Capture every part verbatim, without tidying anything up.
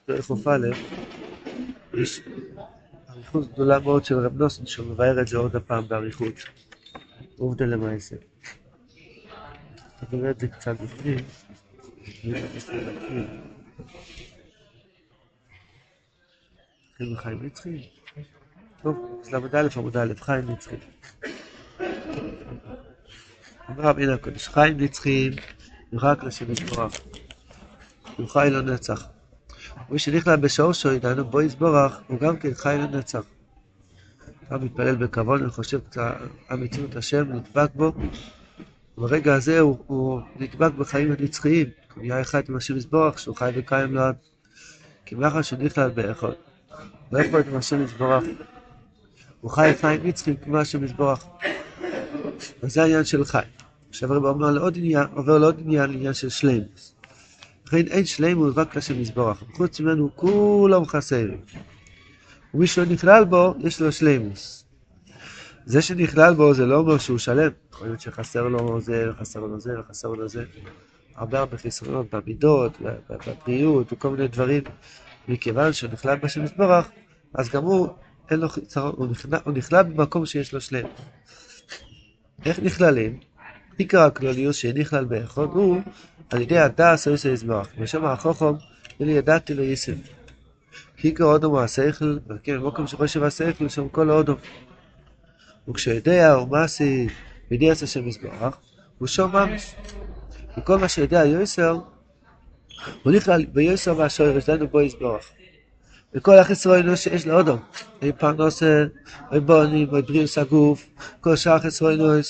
דרך חוף א', יש אריכות גדולה מאוד של רב נוסן, שהוא מבאר את זה עוד הפעם באריכות. עובדה למעשה. נראה את זה קצת בפנים. נראה את זה להקריא. נתחיל בחיים נצחי. טוב, אז לעמוד א', עמוד א', חיים נצחי. אמר רבי הקודש, חיים נצחיים, ירחק לשם יתברך. הוא חי לנצח. מי שנכלל בשורשו, ידענו בו יתברך, הוא גם כן חי לנצח. אתה מתפלל בכבוד וחושב קצת המציאות השם, נדבק בו. ברגע הזה הוא, הוא נדבק בחיים הנצחיים. הוא נהיה אחד עם השם יתברך, שהוא חי וקיים לעד. כי מאחר שנכלל באחד. לא אכפת עם השם יתברך. הוא חי חיים נצחיים כמו השם יתברך. וזה העניין של חי. עכשיו הרב אומר לעוד עניין, עובר לעוד עניין, עניין של שלמוס. לכן אין שלמוס רק לשם יתברך. חוץ ממנו כולם חסרים. ומי שלא נכלל בו, יש לו שלמוס. זה שנכלל בו זה לא אומר שהוא שלם. יכול להיות שחסר לו זה, חסר לו זה, חסר לו זה. הרבה הרבה חסרונות במידות, בבריאות וכל מיני דברים. מכיוון שהוא נכלל בשם יתברך, אז גם הוא, אין לו חסרון, הוא נכלל, הוא נכלל במקום שיש לו שלמוס. איך נכללים? עיקר הכלליוס שנכלל באחד הוא על ידי הדס או יסר יתברך. ושם החוכם, אלי ידעתי לו יסר. כי עיקר אודום הוא השכל, וכן, במקום שחושב השכל, שם כל האודום. וכשיודע הוא מעשי בידי עשה שם יתברך, הוא שום ממש. וכל מה שיודע יסר, הוא נכלל ביסר והשורש, ישדנו בו יתברך. וכל החסרונות שיש לאודום, אי פרנסה, אי בונים, אי בריאוס הגוף, כל שאר החסרונות,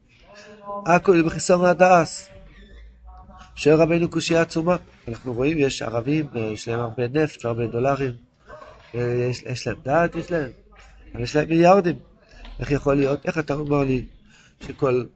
הכל בחסרון הדס. שואל רבינו קושיה עצומה. אנחנו רואים, יש ערבים, יש להם הרבה נפט והרבה דולרים, יש, יש להם דעת, יש להם, אבל יש להם מיליארדים. איך יכול להיות? איך אתה אומר לי שכל,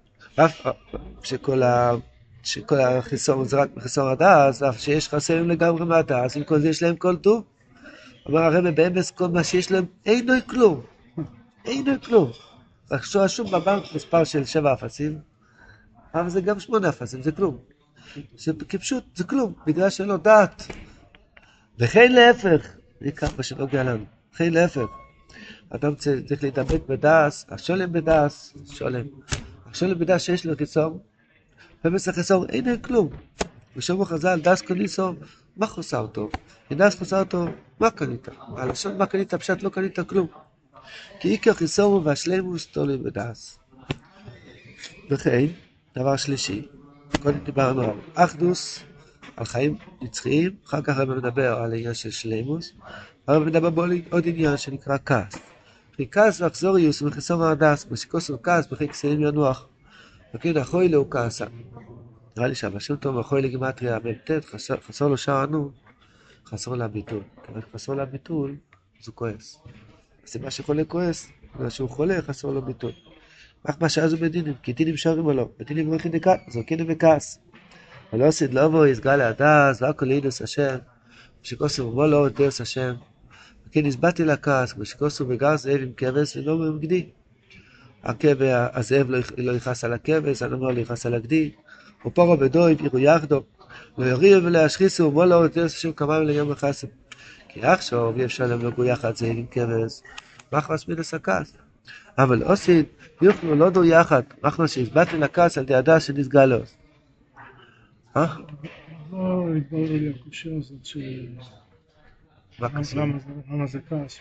שכל, ה, שכל החסרון זה רק בחסרון הדס, אף שיש חסרים לגמרי מהדס, עם כל זה יש להם כל טוב? אומר הרב באמס, כל מה שיש להם אינו כלום, אינו כלום. רק שום בבנק מספר של שבע אפסים, אבל זה גם שמונה אפסים, זה כלום. שפשוט זה כלום, בגלל שלא דעת. וכן להפך, זה ככה שנוגע לנו, וכן להפך. אדם צריך להתאבק בדס, השולם בדס, שולם. השולם בדס שיש לו חיסור, ובס החיסור אין כלום. ושום חז"ל, דס קניסו, מה חוסר טוב? דס חוסר טוב, מה קנית? הלשון מה קנית, פשט לא קנית כלום. כי עיקר חיסור והשלמוס תולים בדס. וכן, דבר שלישי, קודם דיברנו על אחדוס, על חיים נצחיים, אחר כך הרב מדבר על העניין של שלמוס, הרב מדבר בו עוד עניין שנקרא כעס. כי כעס ואכזוריוס ומחסור הדס, בשכוס הוא כעס, בכי כסאים ינוח. וכן החוי לו כעסה. נראה לי שהבשם טוב החוי לגימטריה, במתת, חסור לו שערנו, חסור לה ביטול. כיוון חסור לה ביטול, אז הוא כועס. הסיבה שחולה כועס, בגלל שהוא חולה, חסור לו ביטול. רק מה שאז הוא בדינים, כי דינים שרים או לא, בדינים מוריכים דקת, זורקים וכעס. ולא עשית לא בו, יסגל להדס, והכל להידוס השם, ושכוסו ובוא לא הודס השם. וכן הסבטתי לכעס, ושכוסו בגר זאב עם כבש ולא ממגדי. הזאב לא יכעס על הכבש, הנאמר לא יכעס על הגדי. ופורו בדו יבירו יחדו, לא יוריו ולא ישחיסו, ובוא לא הודס השם כמה וליום יחסם. כי עכשיו אי אפשר להם לגו יחד זאב עם כבש, מחמס מינוס הכעס. אבל עושית, יוכלו לא דו יחד, אנחנו שהסבטתי לכעס על די הדס שנסגל לו. אה? לא התברר לי הקושר הזאת ש... למה זה כעס?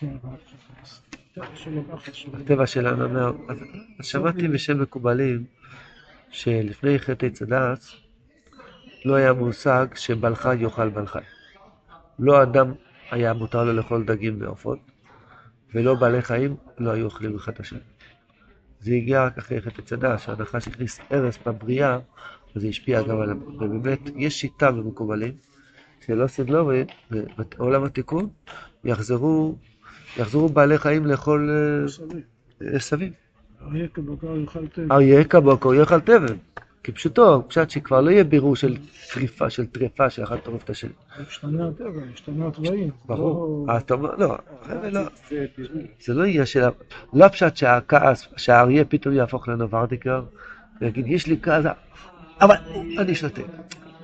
הטבע שלנו אומר, אז שמעתי בשם מקובלים שלפני חטא צדס לא היה מושג שבעל חי יאכל בעל חי. לא אדם היה מותר לו לאכול דגים ועופות, ולא בעלי חיים לא היו אוכלים אחד את השני. זה הגיע רק אחרי חטא צדס, שהנחש הכניס הרס בבריאה, וזה השפיע גם עליו. ובאמת יש שיטה במקובלים, שלא סדלורי, בעולם התיקון, יחזרו, יחזרו בעלי חיים לאכול סביב. אריה כבוקר יאכל תבן. אריה כבוקר יאכל תבן. כפשוטו, פשט שכבר לא יהיה בירור של טריפה, של טריפה, שאחד טורף את השני. השתנה הטבע, השתנה הטבעים. ברור. לא, זה לא יהיה של... לא פשט שהכעס, שהאריה פתאום יהפוך לנוברדיקר, ויגיד, יש לי כעס, אבל אני שותק.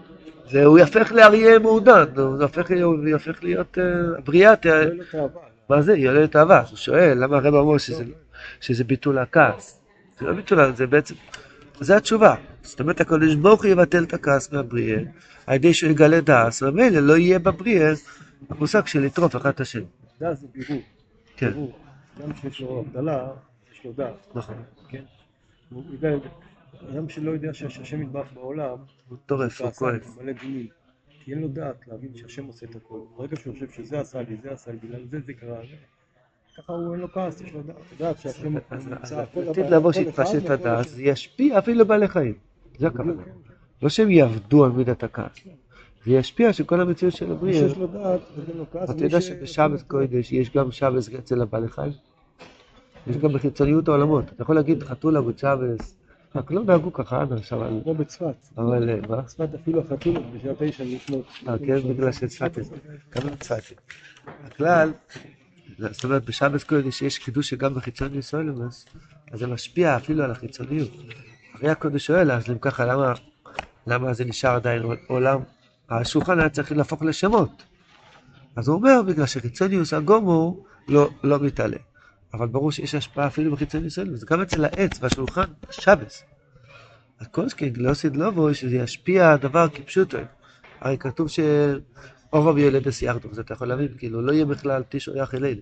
זה, הוא יהפך לאריה מעודן, הוא יהפך, הוא יהפך להיות uh, הבריאה, מה זה? יולדת אהבה. הוא שואל, למה הרב אמר שזה, שזה ביטול הכעס? זה לא ביטול, זה בעצם, זה התשובה. זאת אומרת, הקדוש ברוך הוא יבטל את הכעס מהבריאה, על ידי שהוא יגלה דעס, ומילא לא יהיה בבריאה המושג של לטרוף אחד את השני. דעס זה בירור. כן. גם שיש לו הבדלה, יש לו דעת. נכון. כן? הוא יודע, אדם שלא יודע שהשם יתברך בעולם, הוא טורף, הוא כועס. מלא דינים. כי אין לו דעת להבין שהשם עושה את הכל. ברגע שהוא חושב שזה עשה לי, זה עשה לי, בגלל זה זה קרה. ככה הוא אין לו כעס, יש לו דעת שהשם נמצא. עתיד לבוא שיתפשט את הדעת, זה ישפיע אפילו בעלי חיים. זה הכוונה. לא שהם יעבדו על מידת הכעס. זה ישפיע שכל המציאות של הבריאה. מי שיש לו דעת, אין לו כעס. אתה יודע שבשבת קודש יש גם שבת אצל הבעלי חיים? יש גם בחיצוניות העולמות. אתה יכול להגיד חתולה ושבת, רק לא נהגו ככה עד עכשיו. כמו בצפת. אבל מה? בצפת אפילו החתולה בשעה תשע לפנות. אה, כן, בגלל שצפת. כמה בצפת. הכלל, זאת אומרת, בשבת קודש יש קידוש שגם בחיצוניות סולמס, אז זה משפיע אפילו על החיצוניות. הרי הקודש שואל, אז אם ככה, למה, למה זה נשאר עדיין עולם? השולחן היה צריך להפוך לשמות. אז הוא אומר, בגלל שחיצוניוס הגומור לא, לא מתעלה. אבל ברור שיש השפעה אפילו בחיצוניוס סולמס. זה גם אצל העץ והשולחן, שבס. הקושקין, לא סדלובו, שזה ישפיע דבר כפשוטו. הרי כתוב שאורב ילדס ירדו, זה אתה יכול להבין, כאילו, לא יהיה בכלל תשעו יח אלינו.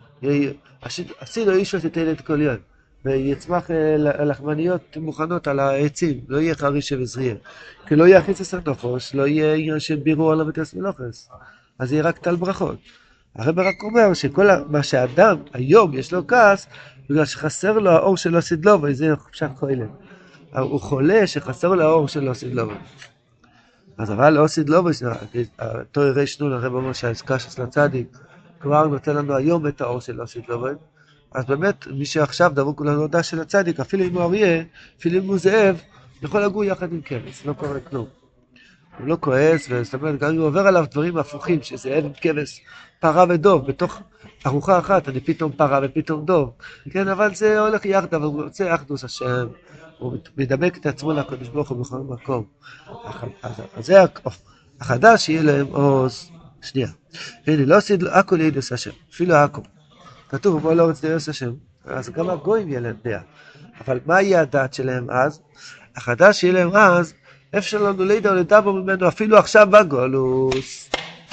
עשינו אישו תתלת כל יום, ויצמח לחמניות מוכנות על העצים, לא יהיה חרישה וזריה. כי לא יהיה חיצס הנופש, לא יהיה עניין של בירור על המתס מלוכס. אז יהיה רק תל ברכות. הרב רק אומר שכל מה שהאדם היום יש לו כעס, בגלל שחסר לו האור שלו סדלובו, זה חופשת חוילם. הוא חולה שחסר לו האור שלו סדלובו. אז אבל לא סדלובו, תואר ריש נון, הרב אומר שהעסקה של הצדיק כבר נותן לנו היום את האור שלו סדלובו. אז באמת, מי שעכשיו דבוק לנודע של הצדיק, אפילו אם הוא אריה, אפילו אם הוא זאב, יכול לגור יחד עם כבש, לא קורה כלום. הוא לא כועס, וזאת אומרת, גם אם הוא עובר עליו דברים הפוכים, שזאב עם כבש, פרה ודוב, בתוך ארוחה אחת, אני פתאום פרה ופתאום דוב. כן, אבל זה הולך יחד, אבל הוא רוצה אחדוס השם, הוא מדבק את עצמו לקדוש ברוך הוא בכל מקום. אז זה החדש שיהיה להם עוז, שנייה. הנה, לא עשית הכל ידעס השם, אפילו הכל. כתוב, בוא לא רוצה ידעס השם, אז גם הגויים יהיה להם דעה. אבל מה יהיה הדת שלהם אז? החדש שיהיה להם אז, אפשר לנו לידע או לדבר ממנו אפילו עכשיו בגולוס.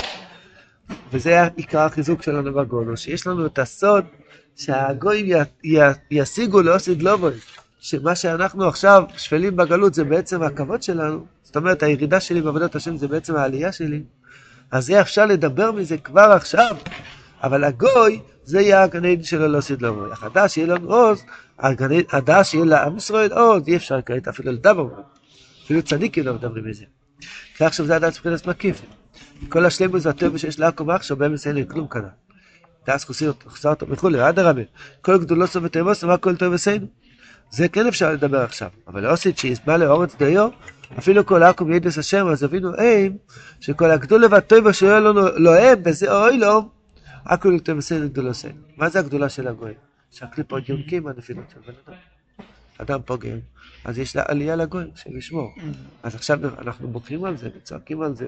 וזה עיקר החיזוק שלנו בגולוס, שיש לנו את הסוד שהגויים י- י- ישיגו לעושד לובוי, שמה שאנחנו עכשיו שפלים בגלות זה בעצם הכבוד שלנו, זאת אומרת הירידה שלי בעבודת השם זה בעצם העלייה שלי, אז יהיה אפשר לדבר מזה כבר עכשיו, אבל הגוי זה יהיה הגן עדן שלו לעושד לובוי. החדש שיהיה לנו עוז, הדעה שיהיה לעם ישראל עוז, אי אפשר כעת אפילו לדבר ממנו. אפילו צדיקים לא מדברים מזה. כי עכשיו זה הדעת מבחינת מקיף. כל השלמות זה הטבע שיש לעקום עכשיו, באמס אין לי כלום כאן. דעת חסר אותו וכולי, עד הרבה. כל גדולו סוף ותאמוס, מה כל טוב עשינו? זה כן אפשר לדבר עכשיו. אבל עושית שיסבא לאורץ דיו, אפילו כל עקום ידס השם, אז הבינו איים, שכל הגדולה והטבע שיהיה לנו לא הם, וזה אוי לא, הכל טוב עשינו גדולו עשינו. מה זה הגדולה של הגויים? שהקליפות יונקים הנפילות של בן אדם. אדם פוגם. אז יש לה עלייה לגוי, שלשמור. אז עכשיו אנחנו בוכים על זה, וצועקים על זה,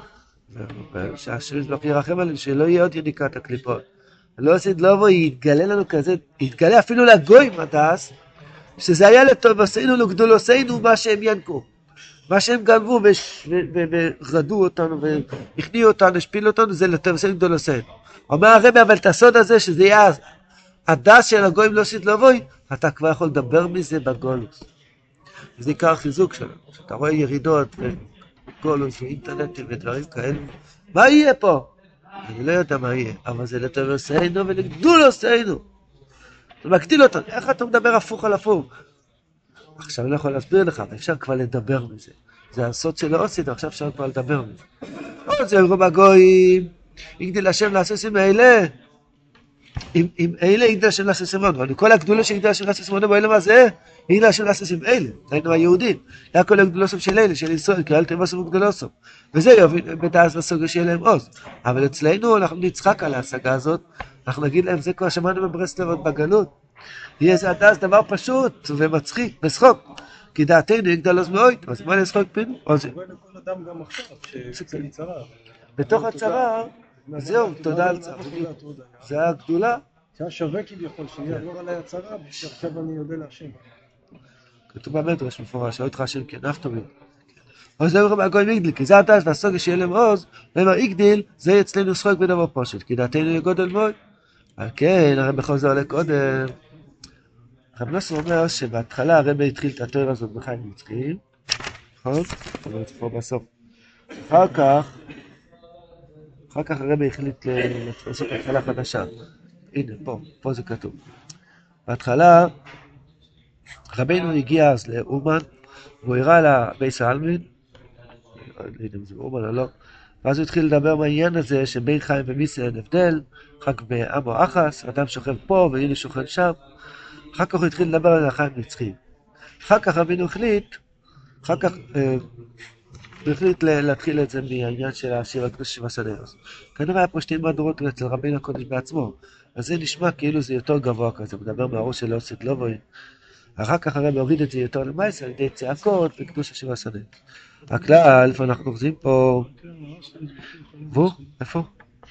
שהשם לא ירחם עלינו, שלא יהיה עוד יניקת הקליפות. לא עשית לא בו, יתגלה לנו כזה, יתגלה אפילו לגוי מדעס, שזה היה לטוב עשינו לגדול עשינו מה שהם ינקו. מה שהם גנבו ורדו אותנו, והכניעו אותנו, השפילו אותנו, זה לטוב עשינו גדול עשינו. אומר הרבי, אבל את הסוד הזה, שזה יהיה הדס של הגויים לא עשית לא בוי, אתה כבר יכול לדבר מזה בגולוס. זה עיקר החיזוק שלנו. אתה רואה ירידות וגולוס ואינטרנטים ודברים כאלה. מה יהיה פה? אני לא יודע מה יהיה, אבל זה לטוב עשינו ולגדול עשינו. זה מקטיל אותנו. איך אתה מדבר הפוך על הפוך? עכשיו אני לא יכול להסביר לך, אבל אפשר כבר לדבר מזה. זה הסוד של העושית, עכשיו אפשר כבר לדבר מזה. עוד זה רוב הגויים, יגדיל השם לעשות עם האלה. אם אלה יגדל השם לעשות סימון, אבל כל הגדולה שיגדל השם לעשות סימון, באלה מה זה? יגדל השם לעשות עם אלה, היינו היהודים. היה כל הגדולוסם של אלה, של ישראל, כי אל תבוסם וגדולוסם. וזה יוביל בדעת בסוגה שיהיה להם עוז. אבל אצלנו אנחנו נצחק על ההשגה הזאת, אנחנו נגיד להם, זה כבר שמענו בברסלב עוד בגלות. יהיה זה הדעת דבר פשוט ומצחיק, בשחוק. כי דעתנו יגדל אז מאוד, אז מה לשחוק פינו? קורא לכל אדם גם עכשיו, שיוצא מצרה. בתוך הצרה, זהו, תודה על צרה. זה הגדולה. שהיה שווה כביכול, שיעבור עליי הצרה, שעכשיו אני יודע להשם. כתוב במדרש מפורש, לא איתך השם כנפתו לי. אז לא אומר הגוי מגדיל, כי זה הדעת והסוגה שיהיה להם עוז, ואומר יגדיל, זה אצלנו שחוק בדבר פשוט, כי דעתנו יהיה גודל מאוד. אבל כן, הרב בכל זה עולה קודם. הרב נוסר אומר שבהתחלה הרב התחיל את התורה הזאת בחיים נצחיים, נכון? אני רוצה פה בסוף. אחר כך, אחר כך הרב החליט לעשות התחלה חדשה. הנה, פה, פה זה כתוב. בהתחלה, רבינו הגיע אז לאומן, והוא הראה לבייס העלמין, לא יודע אם זה אומן או לא, ואז הוא התחיל לדבר מהעניין הזה שבין חיים ומיסה אין הבדל, רק בעמו אחס, אדם שוכב פה והנה שוכב שם, אחר כך הוא התחיל לדבר על החיים נצחיים. אחר כך רבינו החליט, אחר כך אה, הוא החליט להתחיל את זה מהעניין של השיר הקדוש של הסנרוס. כנראה היה פה שתי מהדורות אצל רבינו הקודש בעצמו, אז זה נשמע כאילו זה יותר גבוה כזה, מדבר מהראש של אוסית לובוי. אחר כך הרב הוריד את זה יותר למעשה על ידי צעקות וקדוש השיר הסנרוס. הכלל, איפה אנחנו אוחזים פה? בוא, איפה?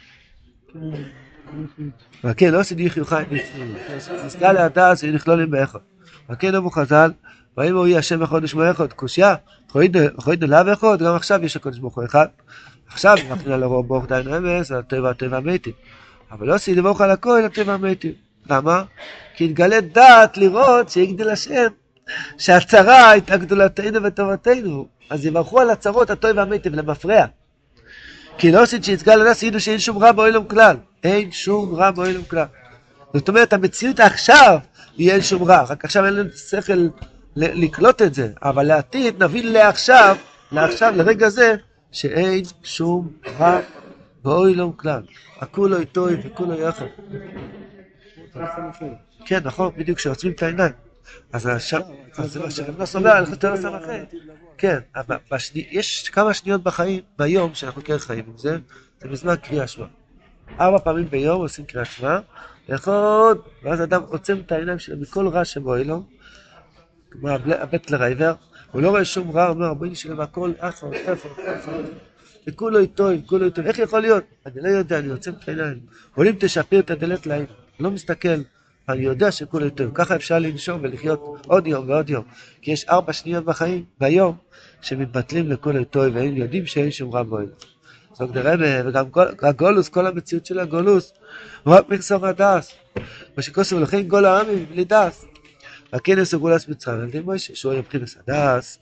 וכן, לא עושים יחיו חיים נצחיים. אז כאלה הדעת זה נכלולים באחד. וכן אמרו חז"ל, ואם הוא יהיה השם אחד ושמו אחד, קושיה, חויד אליו אחד, גם עכשיו יש הקודש ברוך הוא אחד. עכשיו אנחנו לרוב ברוך דיין אמס, הטבע הטבע המתים. אבל לא עושים לברוך על הכל, הטבע המתים. למה? כי התגלה דעת לראות שיגדל השם, שהצרה הייתה גדולתנו וטובתנו. אז יברכו על הצרות הטוב והמיטיב למפרע. כי לא עושים שיצגל לנס ידעו שאין שום רע באוילום כלל. אין שום רע באוילום כלל. זאת אומרת, המציאות עכשיו היא אין שום רע. רק עכשיו אין לנו שכל לקלוט את זה. אבל לעתיד נבין לעכשיו, לעכשיו, לרגע זה, שאין שום רע באוילום כלל. הכולו איתו וכולו יחד. כן, נכון, בדיוק, כשעוצמים את העיניים. אז זה מה שרב נוס אומר, אנחנו יותר עושה לכם. כן, יש כמה שניות בחיים, ביום שאנחנו כן חיים עם זה, זה בזמן קריאה שמע. ארבע פעמים ביום עושים קריאה שמע, ואחד, ואז אדם עוצם את העיניים שלו מכל רע שבו לו, כמו הבטלר העיוור, הוא לא רואה שום רע, הוא אומר, רבינו שלם הכל, אחר, אחר, אחר, וכולו איתו, כולו איתו, איך יכול להיות? אני לא יודע, אני עוצם את העיניים. עולים תשפיר את הדלת לעין, לא מסתכל. אני יודע שכולו טוב, ככה אפשר לנשום ולחיות עוד יום ועוד יום, כי יש ארבע שניות בחיים, ביום, שמתבטלים לכולו טוב, והם יודעים שאין שום רע בוהם. זאת אומרת, וגם כל, הגולוס, כל המציאות של הגולוס, הוא רק מחסור הדס, מה שכוסו לכן גול העמים, בלי דס. הכנס הוא גולס מצרים, על ידי מוישה, שהוא יבחינס הדס,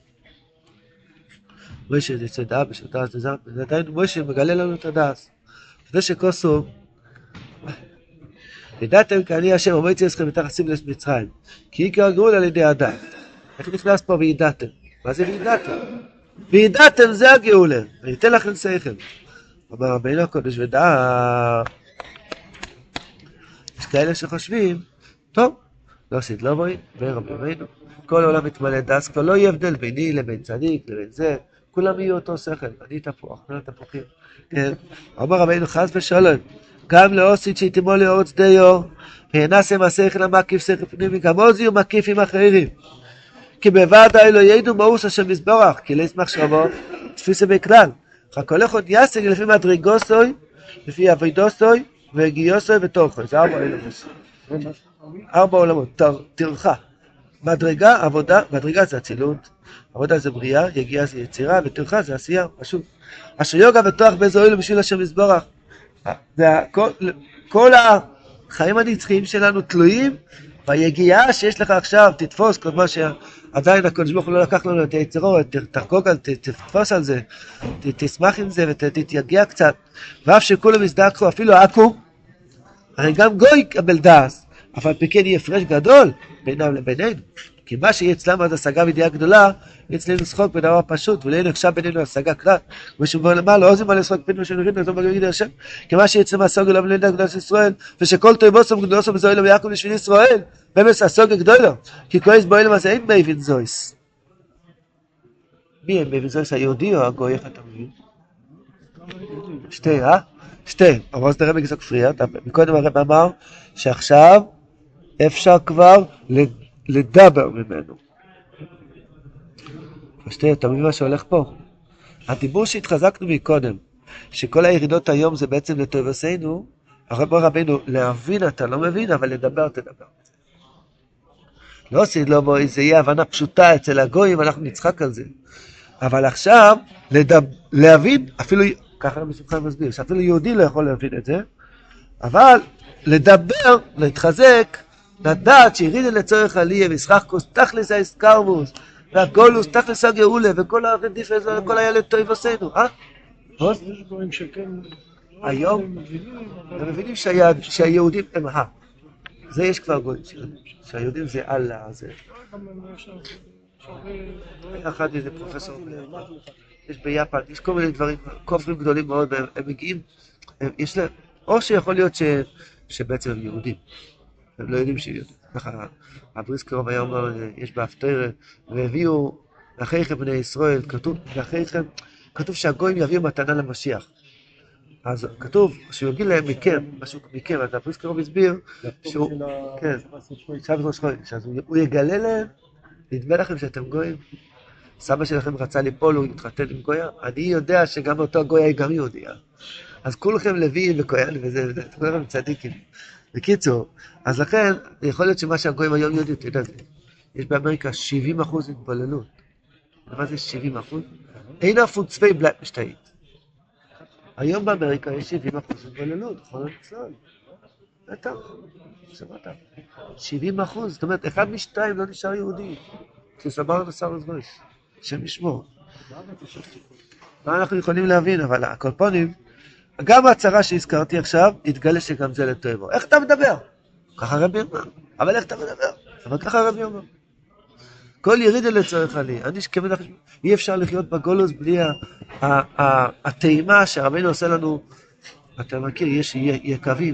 מוישה זה יצא דעה בשביל דס, זה עדיין מוישה מגלה לנו את הדס. זה שכוסו, ידעתם כי אני השם ומייצי אסכם מתחת סיבלס מצרים, כי עיקר הגאול על ידי הדת. איך נכנס פה וידעתם? מה זה וידעתם? וידעתם זה הגאולה, אני אתן לכם שכל. אומר רבינו הקודש ודעה, יש כאלה שחושבים, טוב, לא עשית לא בואי, ורבי רבינו, כל העולם מתמלא דס, כבר לא יהיה הבדל ביני לבין צדיק, לבין זה, כולם יהיו אותו שכל, אני תפוח, כולם תפוחים. אומר רבינו חס ושלום, גם לאוסית שיתימו לאורץ דיו, והנס עם השכל המקיף שכל פנימי, גם עוזיו מקיף עם אחרים. כי בוודאי לא ידעו מאוס השם מזבורך, כי לא ישמח שרבו, תפיסה בכלל. רק הולך עוד יסג לפי מדרגוסוי, לפי אבידוסוי, והגיוסוי ותורכוי. זה ארבע עולמות. ארבע עולמות, תרחה. מדרגה, עבודה, מדרגה זה הצילות, עבודה זה בריאה, יגיעה זה יצירה, ותרחה זה עשייה, פשוט. אשר יוגה ותוח באיזו אילו בשביל השם מזבורך. כל החיים הנצחיים שלנו תלויים ביגיעה שיש לך עכשיו, תתפוס כל מה שעדיין הקדוש ברוך הוא לא לקח לנו את היצרו, תחגוג על, תתפוס על זה, תשמח עם זה ותתייגע קצת, ואף שכולם יזדעקו, אפילו עקו, הרי גם גוי יקבל דעס, אבל פקן יהיה הפרש גדול בינם לבינינו, כי מה שיהיה אצלם עד השגה וידיעה גדולה, אצלנו שחוק בדבר פשוט, ולא נחשב בינינו השגה כלל, ושבו למעלה, עוזים על לשחוק פינו של נראים, לזום בגלל השם, כי מה שיהיה אצלם הסוגה לא מלדה גדולה של ישראל, ושכל טוב בוסם גדולוסם בזוהי לו ויעקב בשביל ישראל, במס הסוגה גדולו, כי כועס בו אלם הזה אין מבין זויס. מי הם מבין זויס, היהודי או הגוי, איך אתה מבין? שתי, אה? שתי, אבל אז נראה בגזוק פריאה, מקודם הרב אמר שעכשיו אפשר כבר לדבר ממנו. שתי, אתה מבין מה שהולך פה? הדיבור שהתחזקנו מקודם, שכל הירידות היום זה בעצם לטובתנו, הרב רבינו, להבין אתה לא מבין, אבל לדבר תדבר. לא עשית לו בו, זה יהיה הבנה פשוטה אצל הגויים, אנחנו נצחק על זה. אבל עכשיו, לדב... להבין, אפילו, ככה מסוכן מסביר, שאפילו יהודי לא יכול להבין את זה, אבל לדבר, להתחזק, לדעת שירידה לצורך עלייה, וישחקוס תכלס האסקרבוס, והגולוס תכלס הגאולה, וכל הרדיף הזה, וכל הילד טוב עשינו, אה? יש גויים שכן... היום, הם מבינים שהיהודים הם ה. זה יש כבר גויים, שהיהודים זה אללה, זה... אחד איזה פרופסור, יש ביפן, יש כל מיני דברים, כופרים גדולים מאוד, הם מגיעים, יש להם, או שיכול להיות שבעצם הם יהודים, הם לא יודעים שהם יהודים. ככה, הבריסקרוב היה אומר, יש באפטר, והביאו לאחיכם בני ישראל, כתוב, לאחיכם, כתוב שהגויים יביאו מתנה למשיח. אז כתוב שהוא יגיד להם מכם, משהו מכם, אז הבריסקרוב הסביר שהוא, כן, שבת ראש חודש, אז הוא יגלה להם, נדמה לכם שאתם גויים? סבא שלכם רצה ליפול, הוא התחתן עם גויה? אני יודע שגם אותו גויה היא גם יהודיה. אז כולכם לוויים וכהן וזה וזה, כולכם צדיקים. בקיצור, אז לכן, יכול להיות שמה שהגויים היום יודעים, אתה יודע, יש באמריקה שבעים אחוז התבוללות. מה זה שבעים אחוז? אין אפילו צווי בלט משתאית. היום באמריקה יש שבעים אחוז התבוללות, יכול להיות צלול. בטח, שמעת. שבעים אחוז, זאת אומרת, אחד משתיים לא נשאר יהודי. כשסבר נסר לזרוש, שם ישמור. מה אנחנו יכולים להבין, אבל הקולפונים, גם ההצהרה שהזכרתי עכשיו, התגלה שגם זה לטובו. איך אתה מדבר? ככה רבי אומר. אבל איך אתה מדבר? אבל ככה רבי אומר. כל ירידה לצורך עלי. אני שכמובן, אי אפשר לחיות בגולוס בלי הטעימה שהרבינו עושה לנו. אתה מכיר, יש יקבים,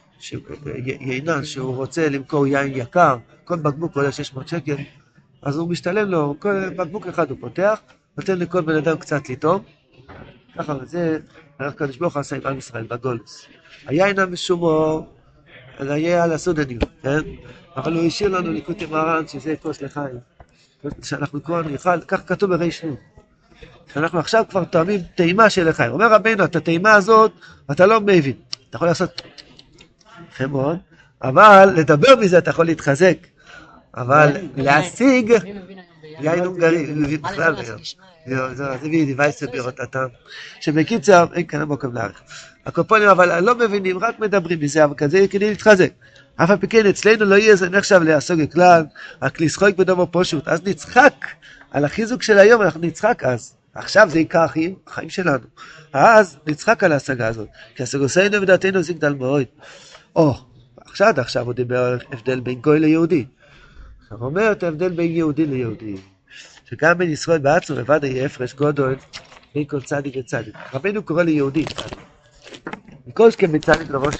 יינן שהוא רוצה למכור יין יקר, כל בקבוק עולה שש מאות שקל, אז הוא משתלם לו, כל בקבוק אחד הוא פותח, נותן לכל בן אדם קצת לטעום, ככה, וזה, אנחנו קדוש ברוך הוא עשה עם עם ישראל בגולוס. היין המשומור, זה יהיה על הסודניות, כן? אבל הוא השאיר לנו ליקוטי מרן, שזה כוס לחיים. שאנחנו כבר נאכל, כך כתוב ברי שנות. שאנחנו עכשיו כבר טועמים טעימה של לחיים. אומר רבינו, את הטעימה הזאת, אתה לא מבין. אתה יכול לעשות יפה מאוד, אבל לדבר מזה אתה יכול להתחזק. אבל להשיג, יין הונגרי, מבין בכלל היום. זה מביא דיווייס ובירות הטעם. שבקיצר, אין כאן המוקם לערך. הקופונים אבל לא מבינים, רק מדברים מזה, אבל כזה כדי להתחזק. אף הפיקן אצלנו לא יהיה זה נחשב להסוג הכלל, רק לשחוק בדומו פשוט. אז נצחק על החיזוק של היום, אנחנו נצחק אז. עכשיו זה עיקר החיים, החיים שלנו. אז נצחק על ההשגה הזאת. כי הסגוסינו ודעתנו זה גדל מאוד. או, עכשיו, עכשיו הוא דיבר על הבדל בין גוי ליהודי. הוא אומר את ההבדל בין יהודי ליהודי. שגם בין ישראל בעצמו לבד יהיה הפרש גודל בין כל צדיק וצדיק. רבינו קורא ליהודי צדיק. מכל שכם בצדיק לראש.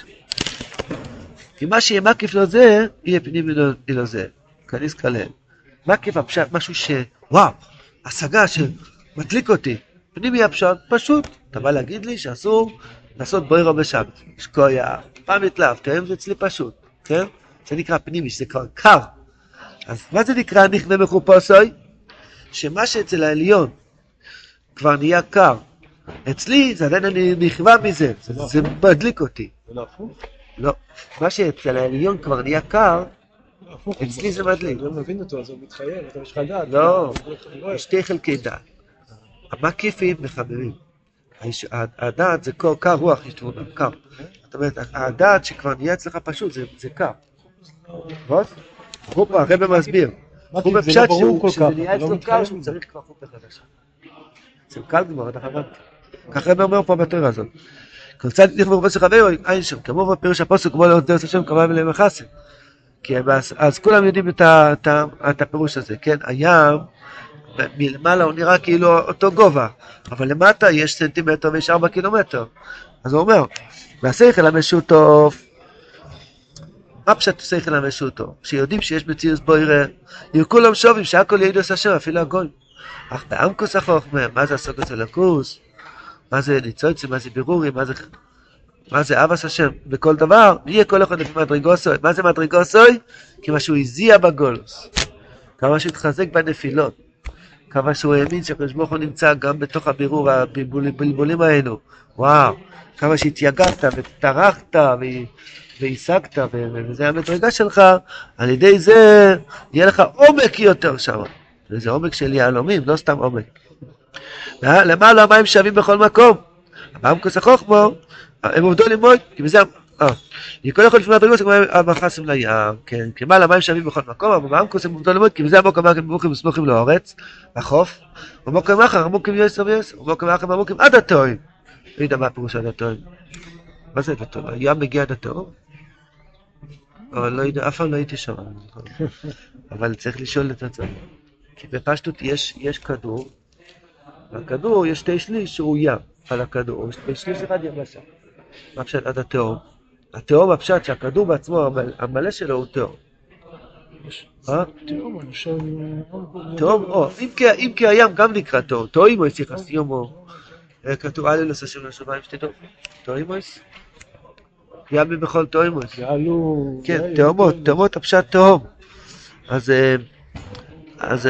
כי מה שיהיה מקיף לו זה, יהיה פנים לו זה. כניס כלל. מקיף הפשט, משהו ש... וואו, השגה שמדליק אותי. פנים יהיה הפשט, פשוט. אתה בא להגיד לי שאסור לעשות בוירו בשבת. שקויה, פעם התלהבתי, היום זה אצלי פשוט. כן? זה נקרא פנימי, שזה כבר קר. אז מה זה נקרא נכווה מחופוסוי? שמה שאצל העליון כבר נהיה קר. אצלי זה עדיין אני נכווה מזה, זה, זה מדליק אותי. זה לא הפוך? לא. מה שאצל העליון כבר נהיה קר, אצלי זה מדליק. אני לא מבין אותו, אז הוא מתחייב, אתה יש לך דעת. לא, יש שתי חלקי דעת. המקיפים מחברים. הדעת זה קר רוח, יש תמונה, קר. זאת אומרת, הדעת שכבר נהיה אצלך פשוט, זה, זה קר. נכון? חופה, הרב מסביר. הוא בפשט שזה נהיה אצלו קר, שהוא צריך כבר חופה חדשה. זה קל גמור, אתה חייבת. ככה הרב אומר פה בתורה הזאת. כל צד נכווה מחופש לחבר, אין שם, כמו בפירוש הפוסק, כמו לעוד דרס השם, כמה מלא מחסם. אז כולם יודעים את הפירוש הזה, כן? הים, מלמעלה הוא נראה כאילו אותו גובה, אבל למטה יש סנטימטר ויש ארבע קילומטר. אז הוא אומר, והשכל המשותף, מה פשט השכל המשותף? שיודעים שיש מציאות בו יראה, יהיו כולם שובים שהכל ידוס השם, אפילו הגוי. אך בעמקוס החוכמה, מה זה הסוגות אלוקוס? מה זה ניצוצי, מה זה בירורים, מה זה... מה זה אבס השם? בכל דבר, יהיה כל אחד לפי מדרגוסוי. מה זה מדרגוסוי? כי מה שהוא הזיע בגולוס. כמה שהוא התחזק בנפילות. כמה שהוא האמין שהקדוש ברוך הוא נמצא גם בתוך הבירור, הבלבולים האלו. וואו, כמה שהתייגעת וטרחת והשגת, וזה המדרגה שלך, על ידי זה יהיה לך עומק יותר שם. וזה עומק של יהלומים, לא סתם עומק. למעלה המים שווים בכל מקום. בעמקוס החוכמה, הם עובדו ללמוד, כי בזה... כל יכול לפני הדרגות, כמו המחסים לים, כן, כמעלה המים שווים בכל מקום, אבל בעמקוס הם עובדו ללמוד, כי בזה המוקם המוקים וסמוכים לאורץ, בחוף, ומוקם אחר, המוקים יסר ויסר, ומוקם אחר, המוקים עד התורים. לא יודע מה הפירוש עד התורים. מה זה עד התורים? הים מגיע עד התורים? אבל לא יודע, אף פעם לא הייתי שם. אבל צריך לשאול את עצמם. כי בפשטות יש כדור, והכדור יש שתי שליש שהוא ים על הכדור, יש שליש אחד יבשה. מה פשט עד התאום? התאום הפשט שהכדור בעצמו, המלא שלו הוא תאום. אה? תאום, אני חושב... תאום, או, אם כי הים גם נקרא תאום, תאוימויס יחסיומו. כתוב אלה נושא שם לשומעים שתי תאום. תאוימויס? ים בכל תאוימויס. יעלו... כן, תאומות, תאומות הפשט תאום. אז... אז...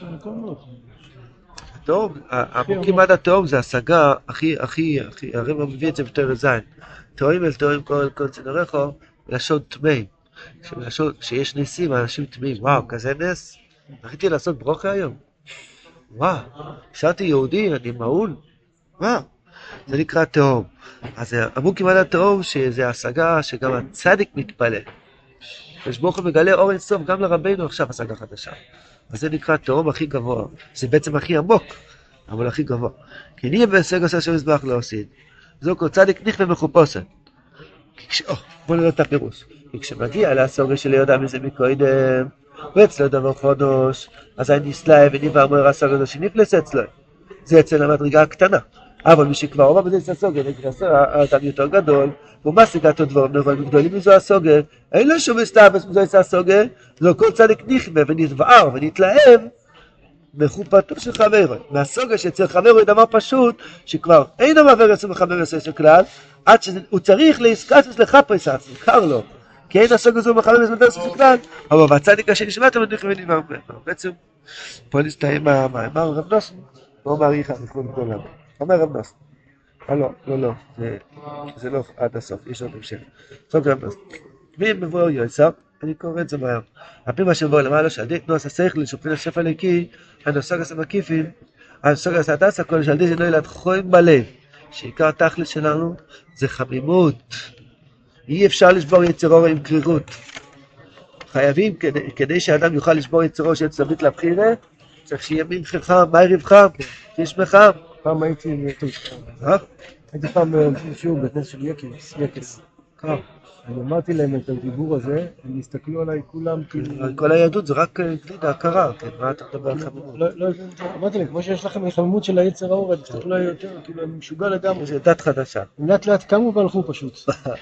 התאום, המוקים עד התאום זה השגה הכי, הכי, הכי, הרב מביא את זה בתור זין. תאומים אל תאומים כל צינורךו, לשון תמי. שיש ניסים, אנשים תמיים. וואו, כזה נס. הלכתי לעשות ברוכה היום. וואו, השארתי יהודי, אני מעול. וואו, זה נקרא תאום. אז המוקים עד התאום, שזה השגה שגם הצדיק מתפלא. יש ברוך הוא מגלה אור אינסוף גם לרבינו עכשיו השגה חדשה. אז זה נקרא תאום הכי גבוה, זה בעצם הכי עמוק, אבל הכי גבוה. כי נהיה בהישג עושה שם מזבח להוסיד. זו כל צדיק נכווה מחופוסה. בואו נראה את הפירוש. כי כשמגיע להסוגה של יהודה מזה מקודם, ואצלו דבר חודש, אז אני נסלאי וניבר מויר הסוגה הזו שנפלס אצלו. זה אצל המדרגה הקטנה. אבל מי שכבר אומר בזה הסוגה, האדם יותר גדול, והוא משיג את הדברים נבואים גדולים מזו הסוגה, אין לו שום מסתאבס מזו הסוגה, זו כל צדיק נכווה ונתבער ונתלהב מחופתו של חברו. מהסוגה שאצל חברו היא דבר פשוט, שכבר אין המעבר אצל מחבר יסוס לכלל, עד שהוא צריך להסקסס לחפש עצמו, קר לו. כי אין הסוגה זו מחבר יסוס לכלל, אבל בצדיק השני שמעת ונכווה ונתבער. בעצם פה נסתיים המאמר רב נוסן, לא מעריך הריחון כולם. אומר רב נוסן. לא, לא, לא, זה לא עד הסוף, יש עוד המשך. סוף רב נוסן. ואם מבואר יועצר, אני קורא את זה מהר. הפעמים אשר בואו למעלה שעדי תנוס השכל לשופטין השפע לקי, הנוסגס המקיפין, הנוסגס הדסה, כל שעדי זה לא ילד חוים בלב, שעיקר התכלס שלנו זה חמימות. אי אפשר לשבור יצרו עם קרירות. חייבים, כדי, כדי שאדם יוכל לשבור יצרו של צבית לבחירה, צריך שיהיה מין חכם, מה יריבכם? שישמחם. פעם הייתי... אה? הייתי פעם שיעור בכנס של יקס, יקס. קר. אני אמרתי להם את הדיבור הזה, הם הסתכלו עליי כולם כאילו... כל היהדות זה רק גלידה, הכרה, כן, מה אתה מדבר על חמימות? לא, לא, אמרתי להם, כמו שיש לכם חמימות של היצר האור, תסתכלו עליי יותר, כאילו אני משוגע לגמרי. זה דת חדשה. הם לאט לאט קמו והלכו פשוט.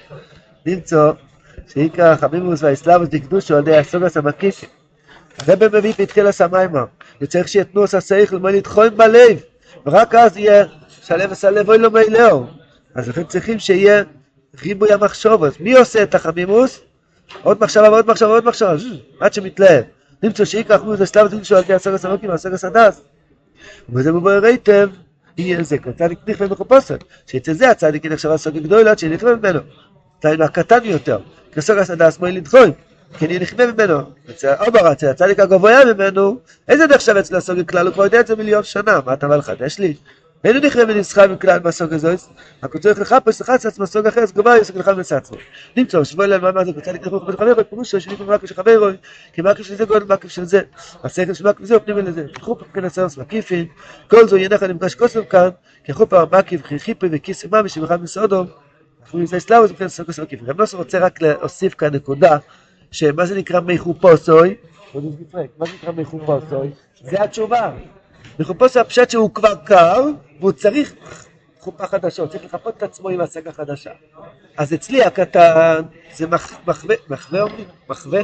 נמצוא שעיקר החמימוס והאסלאמוס דקדושו על ידי הסוגס המקיפי. הרב מביא פתחיל הסמיימר, צריך שיתנו עושה שכל מה לדחוים בלב, ורק אז יהיה שלב וסלב אוי לו מילאו. אז לכן צריכים שיהיה ריבוי המחשוב. אז מי עושה את החמימוס? עוד מחשבה ועוד מחשבה ועוד מחשבה, עד שמתלהב. נמצוא שעיקר החמימוס והאסלאמוס דקדושו על ידי הסוגס המקיפי והסוגס הדס. וזה מבואר היטב, יהיה זה, כל צדיק נכווה מחופוסת, שאצל זה הצדיק נחשב הסוגה גדולה, שנכווה ממנו. צדיק הקטן יותר, כסוגס הדס מועיל לדחוים. כי אני נכווה ממנו, אצל אצל הצדיק הגבוה ממנו, איזה נחשב אצל הסוגה כלל? הוא כבר יודע את זה מיליון שנה, מה אתה בא לחדש לי? אין הוא נכווה ונסחב עם כלל מהסוגה זו, רק הוא צריך לחפש לחץ עצמו סוגה אחר, אז גבוה יסוג לחל מצעצמו. נמצוא, שבוא אליהם מה זה, הצדיק נכווה מחופש חברו, פירושו שניתנו מקיף של חברו, כי מקיף של זה גודל מקיף של זה, השכל של מקיף זה ופנים אל זה, חופש כנסרס מקיפין, כל זו ינח הנמקש כוסם כאן, כי חופש המקיף חיפי וכיס מה משמחד מסודו, אנחנו נמצא אסלאם, זה מבחינת סוגה מקיפין. רב נוסן רוצה רק להוסיף כאן נקודה שמה זה נקרא מחופוסוי? מה זה נקרא מחופוסוי? זה התשובה. מחופוסוי הפשט שהוא כבר קר, והוא צריך חופה חדשה, הוא צריך לחפות את עצמו עם השגה חדשה. אז אצלי הקטן, זה מחווה, מחווה אותי, מחווה,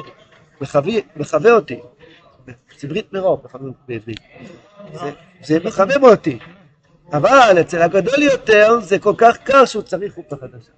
מחווה אותי. זה ברית מרוב, מחווה בעברית. זה מחמם אותי. אבל אצל הגדול יותר, זה כל כך קר שהוא צריך חופה חדשה.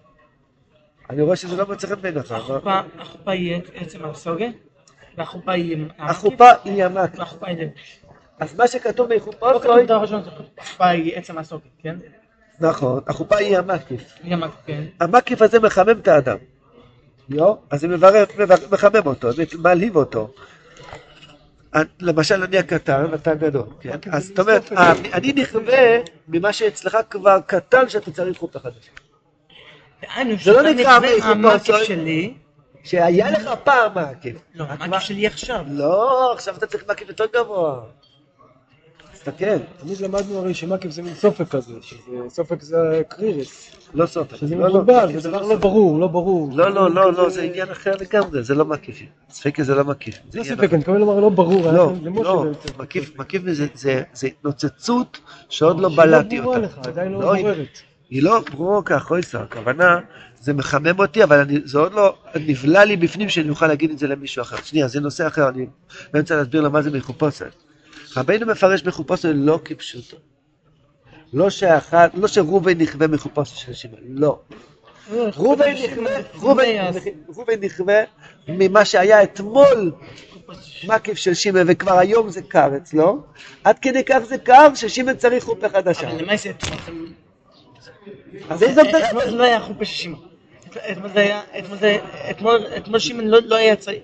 אני רואה שזה לא מצא חן בעיניך. החופה היא עצם הסוגה, והחופה היא... החופה היא המקיף. והחופה היא... אז מה שכתוב לא מחופות, כתוב דבר ראשון, החופה היא עצם הסוקת, כן? נכון, החופה היא המקיף. היא המקיף, כן. המקיף הזה מחמם את האדם. לא? אז זה מברך, מחמם אותו, מלהיב אותו. למשל אני הקטן ואתה גדול, כן? אז זאת אומרת, אני נכווה ממה שאצלך כבר קטן שאתה צריך חופה חדשה. זה לא נקרא המקיף שלי. שהיה לך פעם מקיף. לא, המקיף שלי עכשיו. לא, עכשיו אתה צריך מקיף יותר גבוה. תסתכל. תמיד למדנו הרי שמקיף זה מין סופק כזה, שזה סופק זה קרירס. לא סופק. שזה מבולבל, זה דבר לא ברור, לא ברור. לא, לא, לא, לא, זה עניין אחר לגמרי, זה לא מקיף. ספק זה לא מקיף. זה ספק, אני מתכוון לומר לא ברור. לא, לא, מקיף זה התנוצצות שעוד לא בלעתי אותה. שהיא לא ברורה לך, עדיין לא מבוררת. היא לא ברורה כך, אוי סר, הכוונה, זה מחמם אותי, אבל זה עוד לא נבלע לי בפנים שאני אוכל להגיד את זה למישהו אחר. שנייה, זה נושא אחר, אני באמצע להסביר למה זה מחופוסת. רבינו מפרש מחופוסת לא כפשוטו. לא שאחת, לא שרובי נכווה מחופוסת של שמעון, לא. רובי נכווה ממה שהיה אתמול מקיף של שמעון, וכבר היום זה קר אצלו. עד כדי כך זה קר ששמעון צריך חופה חדשה. אבל למה זה אתמול? אז איזה בסדר? אתמול זה לא היה חופה של שמעון. אתמול זה היה, אתמול שמעון לא היה צעיר.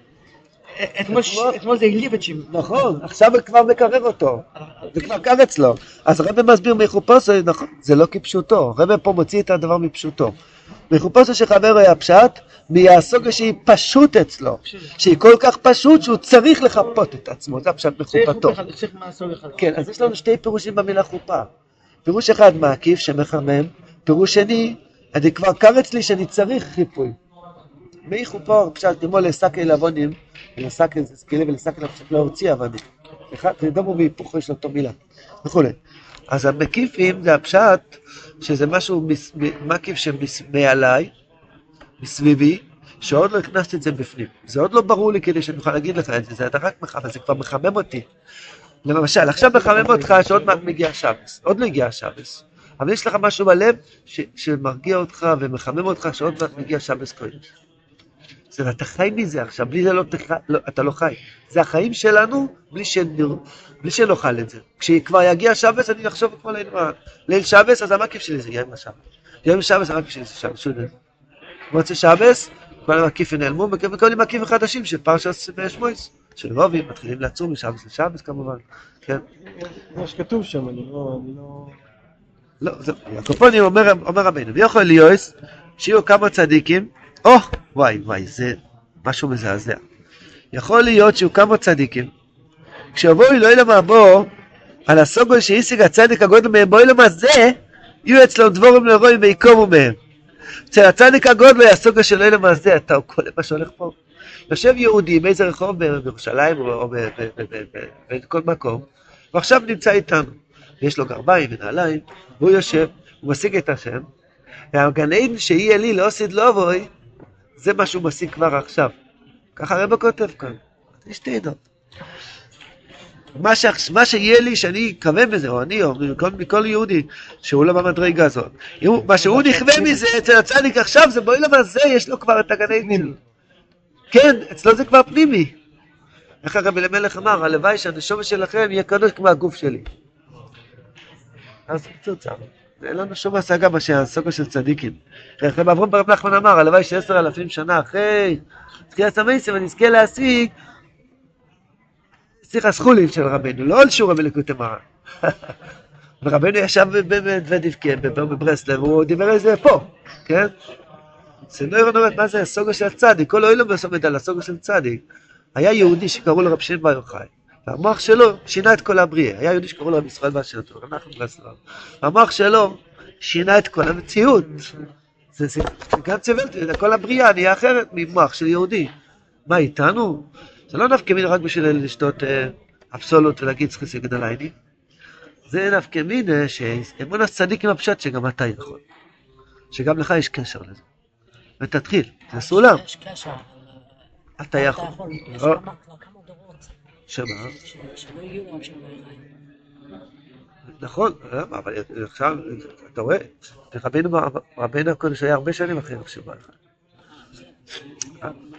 אתמול זה העליב את שמעון. נכון, עכשיו הוא כבר מקרר אותו. זה כבר קר אצלו. אז הרב מסביר מחופוסו, נכון, זה לא כפשוטו. הרב פה מוציא את הדבר מפשוטו. מחופוסו שחבר היה פשט, מהסוגה שהיא פשוט אצלו. שהיא כל כך פשוט שהוא צריך לחפות את עצמו. זה הפשט מחופתו. כן, אז יש לנו שתי פירושים במילה חופה. פירוש אחד מקיף שמחמם, פירוש שני, אני כבר קר אצלי שאני צריך חיפוי. מי חופה, פשט, כמו לסקי לבונים, ולסקי סקילי ולסקי לפשט לא הוציא אבנים. אחד, זה דומו בהיפוך, יש לו אותו מילה. וכו'. אז המקיפים זה הפשט, שזה משהו מקיף שמעליי, מסביבי, שעוד לא הכנסתי את זה בפנים. זה עוד לא ברור לי כדי שאני אוכל להגיד לך את זה, זה רק מחמם, זה כבר מחמם אותי. למשל, עכשיו מחמם אותך שעוד מעט מגיע שבס, עוד לא הגיע שבס. אבל יש לך משהו בלב שמרגיע אותך ומחמם אותך שעוד מעט מגיע שבס קודש. זה, אתה חי מזה עכשיו, בלי זה לא, לא, אתה לא חי. זה החיים שלנו בלי, שנר, בלי שנאכל את זה. כשכבר יגיע שבס אני אחשוב כמו ליל, ליל שבס, אז המקיף שלי זה יום השבס. יום שבס המקיף שלי זה שבס, שונה. מוצא שבס, כל המקיפים נעלמו, וכל מקיפים חדשים של פרשת שמואל. של רובים, מתחילים לצום משבס לשבס כמובן, כן? מה שכתוב שם, אני לא... אני לא... לא, זה... הקופונים אומר, אומר רבינו, ויכול להיות שיהיו כמה צדיקים, או, וואי, וואי, זה משהו מזעזע. יכול להיות שיהיו כמה צדיקים, כשיבואו אלוהי למעבור, על הסוגל שהשיג הצדיק הגודל מהם, בואי למה זה, יהיו אצלם דבורים לרואים ויקומו מהם. אצל הצדיק הגודל יהיה הסוגל של אלוהי למעשה, אתה כל מה שהולך פה. יושב יהודי באיזה רחוב בירושלים או בכל מקום, ועכשיו נמצא איתנו. יש לו גרביים ונעליים, והוא יושב, הוא משיג את השם, והגן עדן שיהיה לי לא עשית לא אבוי, זה מה שהוא משיג כבר עכשיו. ככה הרב כותב כאן. יש שתי עדות. מה, ש... מה שיהיה לי שאני אכוון בזה, או אני, או מכל, מכל יהודי, שהוא לא במדרגה הזאת. מה שהוא נכווה מזה אצל הצדיק עכשיו, זה בואי למה זה, יש לו כבר את הגן עדן שלו. כן, אצלו זה כבר פנימי. איך הרב אלימלך אמר, הלוואי שהנשמה שלכם יהיה קדוש כמו הגוף שלי. אז צוצר. אין לנו שום השגה מה שהסוגה של צדיקים. רב אברהם ברב נחמן אמר, הלוואי שעשר אלפים שנה אחרי תחיית המייסים, ונזכה להשיג שיח הסחולים של רבנו, לא על שיעור המלכות המראה. ורבנו ישב בדבקה, בברסלב, הוא דיבר על זה פה, כן? זה לא יראה מה זה הסוגה של הצדיק, כל אוהלם בסומד על הסוגה של צדיק. היה יהודי שקראו לו רב שם בר יוחאי, והמוח שלו שינה את כל הבריאה. היה יהודי שקראו לו רב ישראל בר שלטון, אנחנו ברסלב. והמוח שלו שינה את כל המציאות. זה, זה, זה גם צוות, כל הבריאה נהיה אחרת ממוח של יהודי. מה איתנו? זה לא נפקא מינה רק בשביל לשתות אה, אבסולות ולהגיד סחיסי גדלייני. זה נפקא מינה שאמון הצדיק עם הפשט שגם אתה יכול. שגם לך יש קשר לזה. ותתחיל, זה סולם. יש קשר. אתה יכול. יש כמה דורות. שמה? שלא יהיו רק שם בעיניים. נכון, אבל עכשיו, אתה רואה, רבינו הקודש היה הרבה שנים אחרי רב שמעון.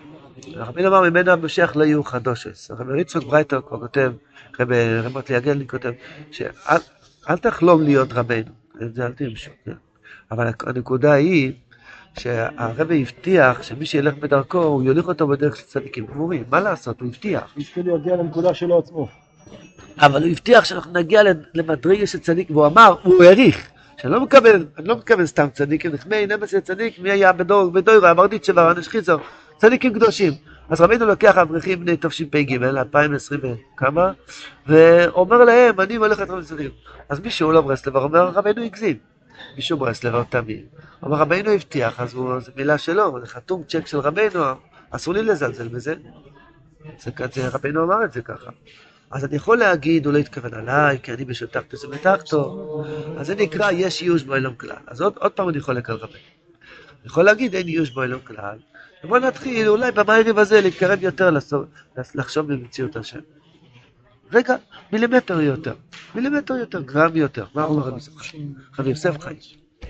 רבינו אמר ממנו המשיח לא יהיו חדושס. רבי יצחק ברייטר כבר כותב, רבי רמות ליגלני כותב, שאל תחלום להיות רבינו, זה אל תמשוך, כן? אבל הנקודה היא שהרבי הבטיח שמי שילך בדרכו הוא יוליך אותו בדרך של צדיקים גמורים. מה לעשות? הוא הבטיח. יזכה להגיע לנקודה שלו עצמו. אבל הוא הבטיח שאנחנו נגיע למדרגה של צדיק, והוא אמר, הוא העריך, שאני לא מקבל, אני לא מקבל סתם צדיקים, נחמי נמס של צדיק, מי היה בדור, בדור, המרדית שבר, הנשחיזר, צדיקים קדושים. אז רבינו לוקח אברכים בני תשפ"ג, אלפיים ועשרים וכמה, ואומר להם, אני הולך לתרום לצדיקים. אז מישהו לא ברסלבר, אומר, רבינו הגזים. מישהו ברסלבר תמיד. אומר, רבינו הבטיח, אז הוא, זו מילה שלו, זה חתום צ'ק של רבינו, אסור לי לזלזל בזה. זה, זה, רבינו אמר את זה ככה. אז אני יכול להגיד, הוא לא התכוון עליי, כי אני בשותפתו זה מתחתו. אז זה נקרא, יש ייאוש בו אלום כלל. אז עוד, עוד פעם אני חולק על רבינו. אני יכול להגיד, אין ייאוש בו אלום כלל. ובוא נתחיל אולי במערב הזה להתקרב יותר, לחשוב, לחשוב במציאות השם. רגע, מילימטר יותר. מילימטר יותר, גרם יותר. מה אומר רבי יוסף חיים? רבי יוסף חיים.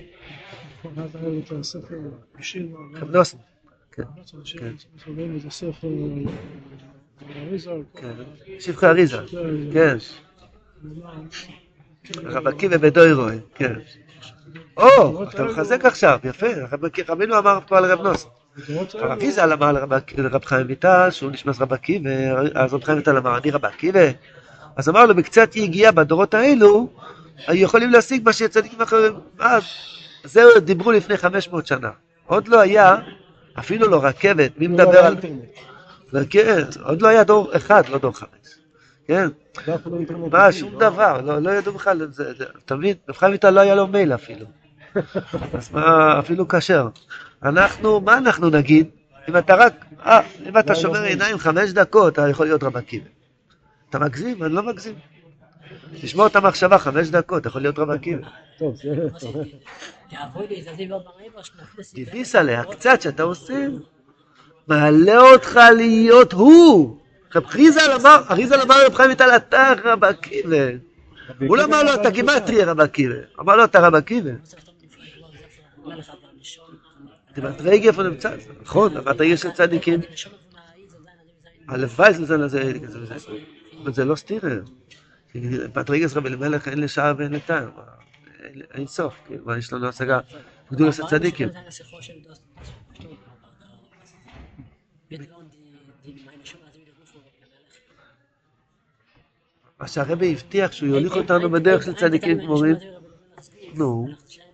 רבי נוסן. כן. כן. שבחי אריזה. כן. רבקי ובדוירוי. כן. או, אתה מחזק עכשיו, יפה. רבינו אמר פה על רב נוסן. הרב יזל אמר לרב חיים ויטל שהוא נשמס רב עקיבא, אז רב חיים ויטל אמר אני רב עקיבא, אז אמר לו בקצת יגיעה בדורות האלו יכולים להשיג מה שצדיקים אחרים. אז זהו דיברו לפני חמש מאות שנה, עוד לא היה אפילו לא רכבת, מי מדבר על... כן, עוד לא היה דור אחד, לא דור חמש, כן, מה, שום דבר, לא ידעו בכלל, אתה מבין, רב חיים ויטל לא היה לו מייל אפילו, אז מה, אפילו כשר. אנחנו, מה אנחנו נגיד? אם אתה רק, אה, אם אתה שומר עיניים חמש דקות, אתה יכול להיות רב עקיבא. אתה מגזים? אני לא מגזים. תשמור את המחשבה חמש דקות, אתה יכול להיות רב עקיבא. טוב, זה... תביס עליה קצת שאתה עושה, מעלה אותך להיות הוא. רב חיזל אמר, אריזל אמר רב חיים ויטל, אתה רב עקיבא. הוא לא אמר לו, אתה כמעט תהיה רב עקיבא. אמר לו, אתה רב עקיבא. תמטרגי איפה נמצא, נכון, אבל אתה יש צדיקים. הלוואי זה לזה, אבל זה לא סתירה. תמטרגי רבי אלימלך אין לשעה ואין לטעם. אין סוף, יש לנו השגה גדול עשה צדיקים. מה שהרבי הבטיח שהוא יוליך אותנו בדרך של צדיקים גמורים. נו.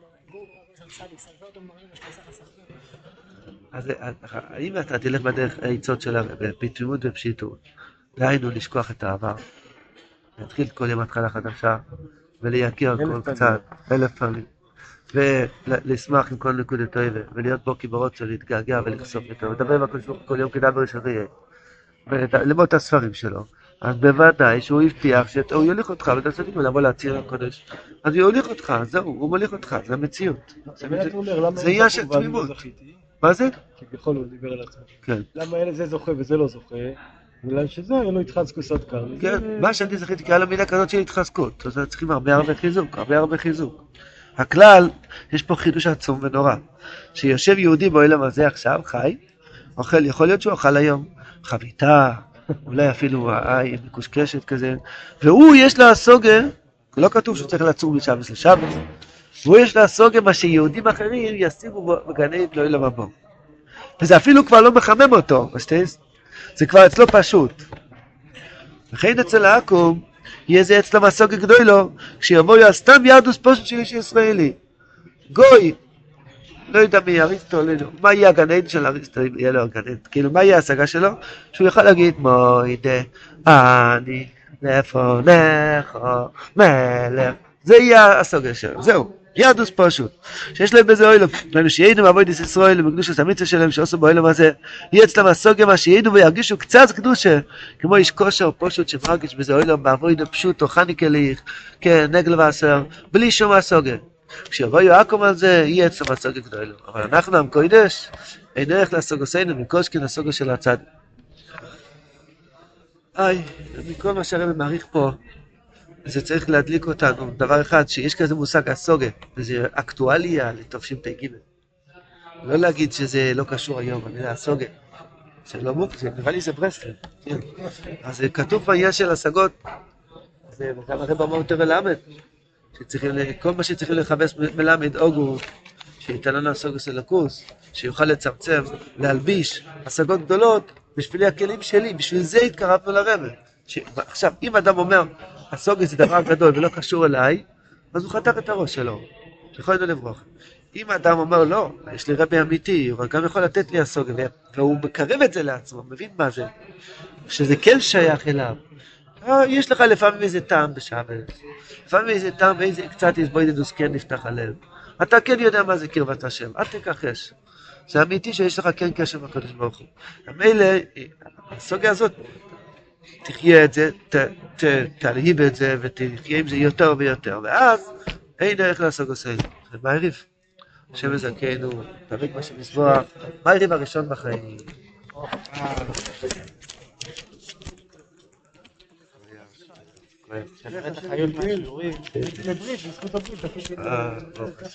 אז האם אתה תלך בדרך העיצות שלה בפתאומות ופשיטות, דהיינו לשכוח את העבר, להתחיל כל יום התחלה חדשה, ולייקר כל קצת, אלף פעמים, ולשמח עם כל נקודת טובה, ולהיות בו כיברות של להתגעגע ולחשוף יותר, ולדבר עם הכל כל יום כדאי בראשוני, וללמוד את הספרים שלו, אז בוודאי שהוא הבטיח שהוא יוליך אותך, ואתה צריך לבוא להציע לקודש, אז הוא יוליך אותך, זהו, הוא מוליך אותך, זה המציאות. זה יהיה של תמימות. מה זה? כביכול הוא דיבר על עצמו. כן. למה אלה זה זוכה וזה לא זוכה? בגלל שזה, אין לו התחזקות עוד כאן. כן, מה שאני זכיתי, כי היה לו מילה כזאת של התחזקות. אז צריכים הרבה הרבה חיזוק, הרבה הרבה חיזוק. הכלל, יש פה חידוש עצום ונורא. שיושב יהודי בעולם הזה עכשיו, חי, אוכל, יכול להיות שהוא אוכל היום חביתה, אולי אפילו העין מקושקשת כזה, והוא יש לו הסוגר, לא כתוב שהוא צריך לעצור משבס לשבס, והוא יש לה סוגר מה שיהודים אחרים ישיגו בגני לא ילמה בו. וזה אפילו כבר לא מחמם אותו, זה כבר אצלו פשוט. וכן אצל העקום, יהיה זה אצלם הסוגר גדול לו, כשיבואו על סתם יהדוס פושט של איש ישראלי. גוי, לא יודע מי אריסטו, מה יהיה הגנד של אריסטו, יהיה לו הגנד, כאילו מה יהיה ההשגה שלו? שהוא יכול להגיד, מוידה, אני לפונך מלך, זה יהיה הסוגר שלו, זהו. יהדוס פשוט, שיש להם בזה אוילום, ואנו שיהיינו מעבודת ישראל ובקדושת המצווה שלהם שעשו באוילום הזה, יהיה אצלם הסוגיה מה שיהיינו וירגישו קצת קדושה, כמו איש כושר פשוט שמרגיש בזה אוילום בעבודת פשוט או חניקליך, כן, נגל ועשר, בלי שום הסוגיה. כשיבואו יעקב על זה, יהיה אצלם הסוגיה גדולה. אבל אנחנו עם קודש, אין ערך לסוגוסינו מקושקין הסוגיה של הצד. איי, מכל מה שהרבי מעריך פה, זה צריך להדליק אותנו, דבר אחד, שיש כזה מושג הסוגה, וזה אקטואליה לתופשים תגיב. לא להגיד שזה לא קשור היום, אני יודע, הסוגה. שלא מוקצה, נראה לי זה ברסלב. כן. אז כתוב בעניין של השגות, זה גם הרב אמר יותר מלמד, שצריכים, כל מה שצריכים לחפש מלמד אוגו, שייתן לנו הסוגוס אלוקוס, שיוכל לצמצם, להלביש השגות גדולות, בשבילי הכלים שלי, בשביל זה התקרבנו לרב. ש... עכשיו, אם אדם אומר, הסוגוס זה דבר גדול ולא קשור אליי, אז הוא חתך את הראש שלו, יכולנו לברוח. אם האדם אומר, לא, יש לי רבי אמיתי, הוא גם יכול לתת לי הסוגוס, והוא מקרב את זה לעצמו, מבין מה זה, שזה כן שייך אליו. יש לך לפעמים איזה טעם בשבת, לפעמים איזה טעם ואיזה קצת איזבוידדוס כן נפתח הלב. אתה כן יודע מה זה קרבת השם, אל תכחש. זה אמיתי שיש לך כן קשר עם הקדוש ברוך הוא. המילא, הסוגיה הזאת, תחיה את זה, ת, ת, תלהיב את זה ותחיה עם זה יותר ויותר. ואז אין דרך לסוגוס האלה. זה מה הריב? השם יזכנו, תמיד מה שמסבוח. מה הריב הראשון בחיים? תדברי, בזכות הברית,